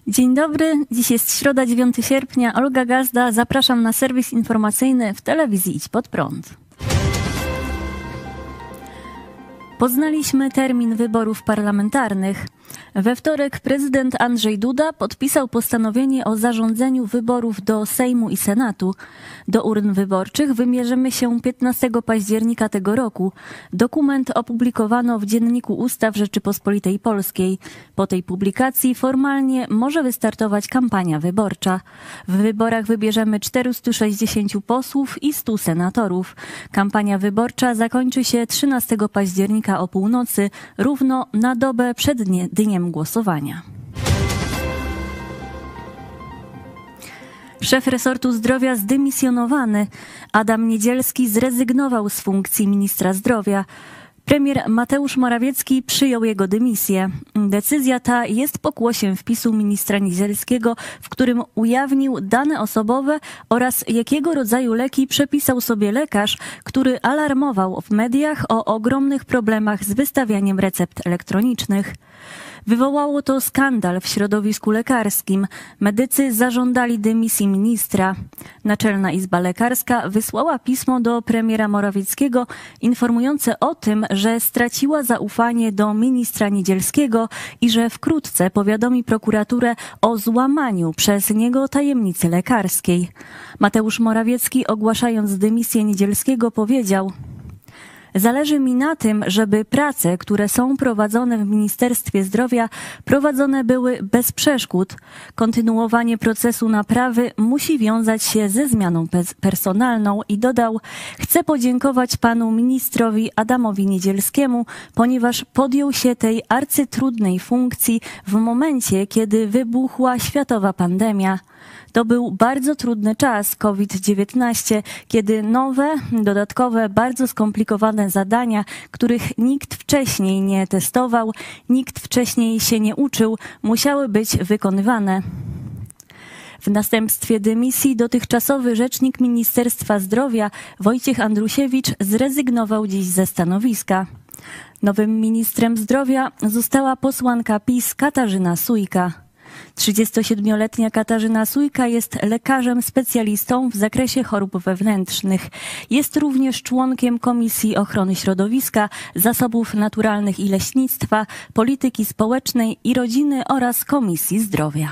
Dzień dobry, dziś jest środa, 9 sierpnia. Olga Gazda, zapraszam na serwis informacyjny w telewizji Idź Pod Prąd. Poznaliśmy termin wyborów parlamentarnych. We wtorek prezydent Andrzej Duda podpisał postanowienie o zarządzeniu wyborów do Sejmu i Senatu. Do urn wyborczych wymierzymy się 15 października tego roku. Dokument opublikowano w Dzienniku Ustaw Rzeczypospolitej Polskiej. Po tej publikacji formalnie może wystartować kampania wyborcza. W wyborach wybierzemy 460 posłów i 100 senatorów. Kampania wyborcza zakończy się 13 października o północy, równo na dobę przed dniem głosowania. Szef resortu zdrowia zdymisjonowany. Adam Niedzielski zrezygnował z funkcji ministra zdrowia. Premier Mateusz Morawiecki przyjął jego dymisję. Decyzja ta jest pokłosiem wpisu ministra Niedzielskiego, w którym ujawnił dane osobowe oraz jakiego rodzaju leki przepisał sobie lekarz, który alarmował w mediach o ogromnych problemach z wystawianiem recept elektronicznych. Wywołało to skandal w środowisku lekarskim. Medycy zażądali dymisji ministra. Naczelna Izba Lekarska wysłała pismo do premiera Morawieckiego informujące o tym, że straciła zaufanie do ministra Niedzielskiego i że wkrótce powiadomi prokuraturę o złamaniu przez niego tajemnicy lekarskiej. Mateusz Morawiecki, ogłaszając dymisję Niedzielskiego, powiedział: Zależy mi na tym, żeby prace, które są prowadzone w Ministerstwie Zdrowia, prowadzone były bez przeszkód. Kontynuowanie procesu naprawy musi wiązać się ze zmianą personalną i dodał: Chcę podziękować panu ministrowi Adamowi Niedzielskiemu, ponieważ podjął się tej arcytrudnej funkcji w momencie, kiedy wybuchła światowa pandemia. To był bardzo trudny czas COVID-19, kiedy nowe, dodatkowe, bardzo skomplikowane zadania, których nikt wcześniej nie testował, nikt wcześniej się nie uczył, musiały być wykonywane. W następstwie dymisji dotychczasowy rzecznik Ministerstwa Zdrowia Wojciech Andrusiewicz zrezygnował dziś ze stanowiska. Nowym ministrem zdrowia została posłanka PiS Katarzyna Sójka. 37-letnia Katarzyna Sójka jest lekarzem specjalistą w zakresie chorób wewnętrznych. Jest również członkiem Komisji Ochrony Środowiska, Zasobów Naturalnych i Leśnictwa, Polityki Społecznej i Rodziny oraz Komisji Zdrowia.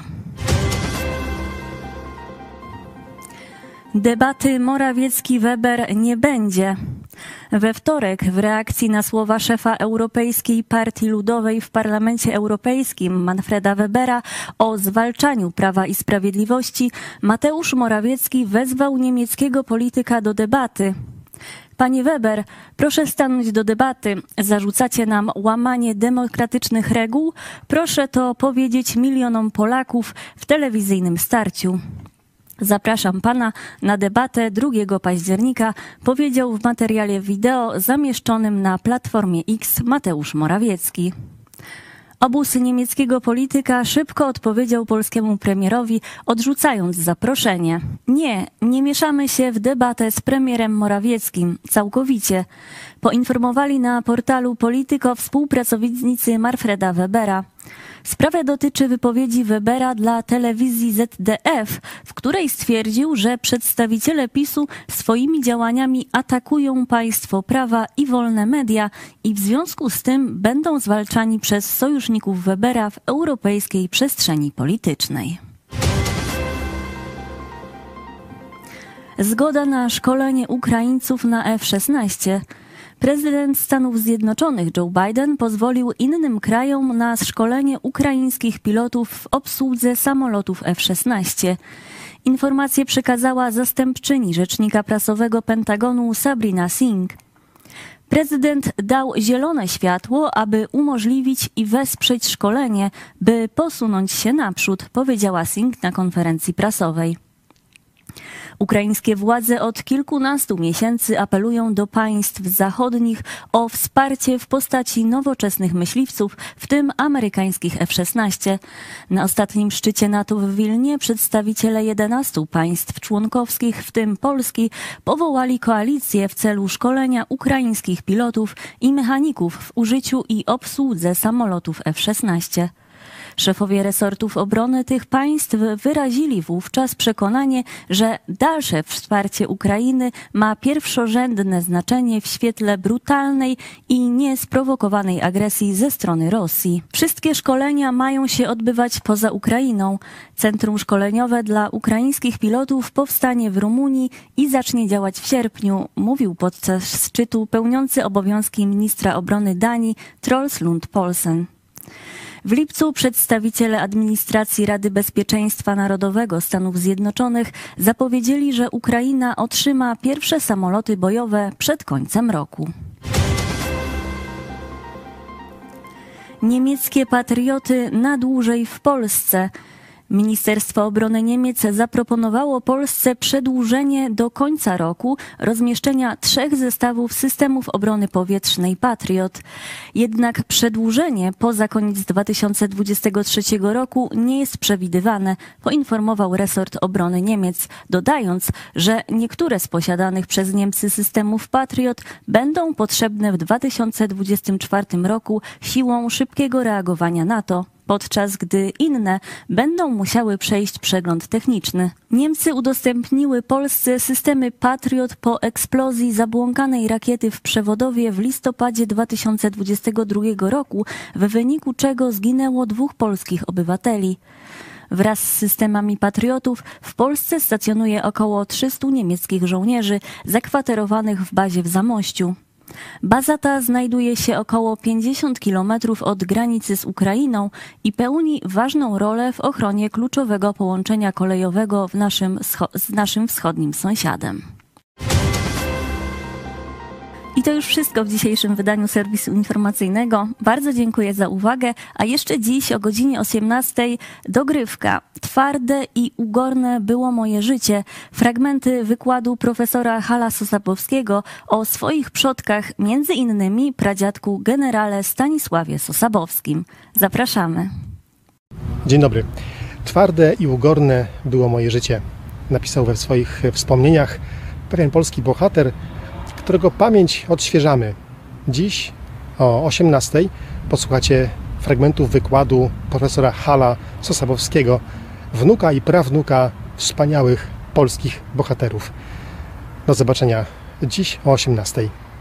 Debaty Morawiecki-Weber nie będzie. We wtorek w reakcji na słowa szefa Europejskiej Partii Ludowej w Parlamencie Europejskim Manfreda Webera o zwalczaniu Prawa i Sprawiedliwości, Mateusz Morawiecki wezwał niemieckiego polityka do debaty. Panie Weber, proszę stanąć do debaty. Zarzucacie nam łamanie demokratycznych reguł? Proszę to powiedzieć milionom Polaków w telewizyjnym starciu. Zapraszam pana na debatę 2 października, powiedział w materiale wideo zamieszczonym na Platformie X Mateusz Morawiecki. Obóz niemieckiego polityka szybko odpowiedział polskiemu premierowi, odrzucając zaproszenie. Nie mieszamy się w debatę z premierem Morawieckim, całkowicie. Poinformowali na portalu Polityko współpracownicy Manfreda Webera. Sprawa dotyczy wypowiedzi Webera dla telewizji ZDF, w której stwierdził, że przedstawiciele PiS-u swoimi działaniami atakują państwo prawa i wolne media i w związku z tym będą zwalczani przez sojuszników Webera w europejskiej przestrzeni politycznej. Zgoda na szkolenie Ukraińców na F-16. Prezydent Stanów Zjednoczonych Joe Biden pozwolił innym krajom na szkolenie ukraińskich pilotów w obsłudze samolotów F-16. Informację przekazała zastępczyni rzecznika prasowego Pentagonu Sabrina Singh. Prezydent dał zielone światło, aby umożliwić i wesprzeć szkolenie, by posunąć się naprzód, powiedziała Singh na konferencji prasowej. Ukraińskie władze od kilkunastu miesięcy apelują do państw zachodnich o wsparcie w postaci nowoczesnych myśliwców, w tym amerykańskich F-16. Na ostatnim szczycie NATO w Wilnie przedstawiciele 11 państw członkowskich, w tym Polski, powołali koalicję w celu szkolenia ukraińskich pilotów i mechaników w użyciu i obsłudze samolotów F-16. Szefowie resortów obrony tych państw wyrazili wówczas przekonanie, że dalsze wsparcie Ukrainy ma pierwszorzędne znaczenie w świetle brutalnej i niesprowokowanej agresji ze strony Rosji. Wszystkie szkolenia mają się odbywać poza Ukrainą. Centrum szkoleniowe dla ukraińskich pilotów powstanie w Rumunii i zacznie działać w sierpniu, mówił podczas szczytu pełniący obowiązki ministra obrony Danii Troels Lund Poulsen. W lipcu przedstawiciele administracji Rady Bezpieczeństwa Narodowego Stanów Zjednoczonych zapowiedzieli, że Ukraina otrzyma pierwsze samoloty bojowe przed końcem roku. Niemieckie patrioty na dłużej w Polsce. Ministerstwo Obrony Niemiec zaproponowało Polsce przedłużenie do końca roku rozmieszczenia 3 zestawów systemów obrony powietrznej Patriot. Jednak przedłużenie poza koniec 2023 roku nie jest przewidywane, poinformował resort obrony Niemiec, dodając, że niektóre z posiadanych przez Niemcy systemów Patriot będą potrzebne w 2024 roku siłą szybkiego reagowania NATO, podczas gdy inne będą musiały przejść przegląd techniczny. Niemcy udostępniły Polsce systemy Patriot po eksplozji zabłąkanej rakiety w Przewodowie w listopadzie 2022 roku, w wyniku czego zginęło 2 polskich obywateli. Wraz z systemami Patriotów w Polsce stacjonuje około 300 niemieckich żołnierzy zakwaterowanych w bazie w Zamościu. Baza ta znajduje się około 50 km od granicy z Ukrainą i pełni ważną rolę w ochronie kluczowego połączenia kolejowego z naszym wschodnim sąsiadem. I to już wszystko w dzisiejszym wydaniu serwisu informacyjnego. Bardzo dziękuję za uwagę, a jeszcze dziś o godzinie 18:00 dogrywka. Twarde i ugorne było moje życie. Fragmenty wykładu profesora Hala Sosabowskiego o swoich przodkach, między innymi pradziadku generale Stanisławie Sosabowskim. Zapraszamy. Dzień dobry. Twarde i ugorne było moje życie. Napisał we swoich wspomnieniach pewien polski bohater, którego pamięć odświeżamy. Dziś o 18:00 posłuchacie fragmentów wykładu profesora Hala Sosabowskiego, wnuka i prawnuka wspaniałych polskich bohaterów. Do zobaczenia dziś o 18:00.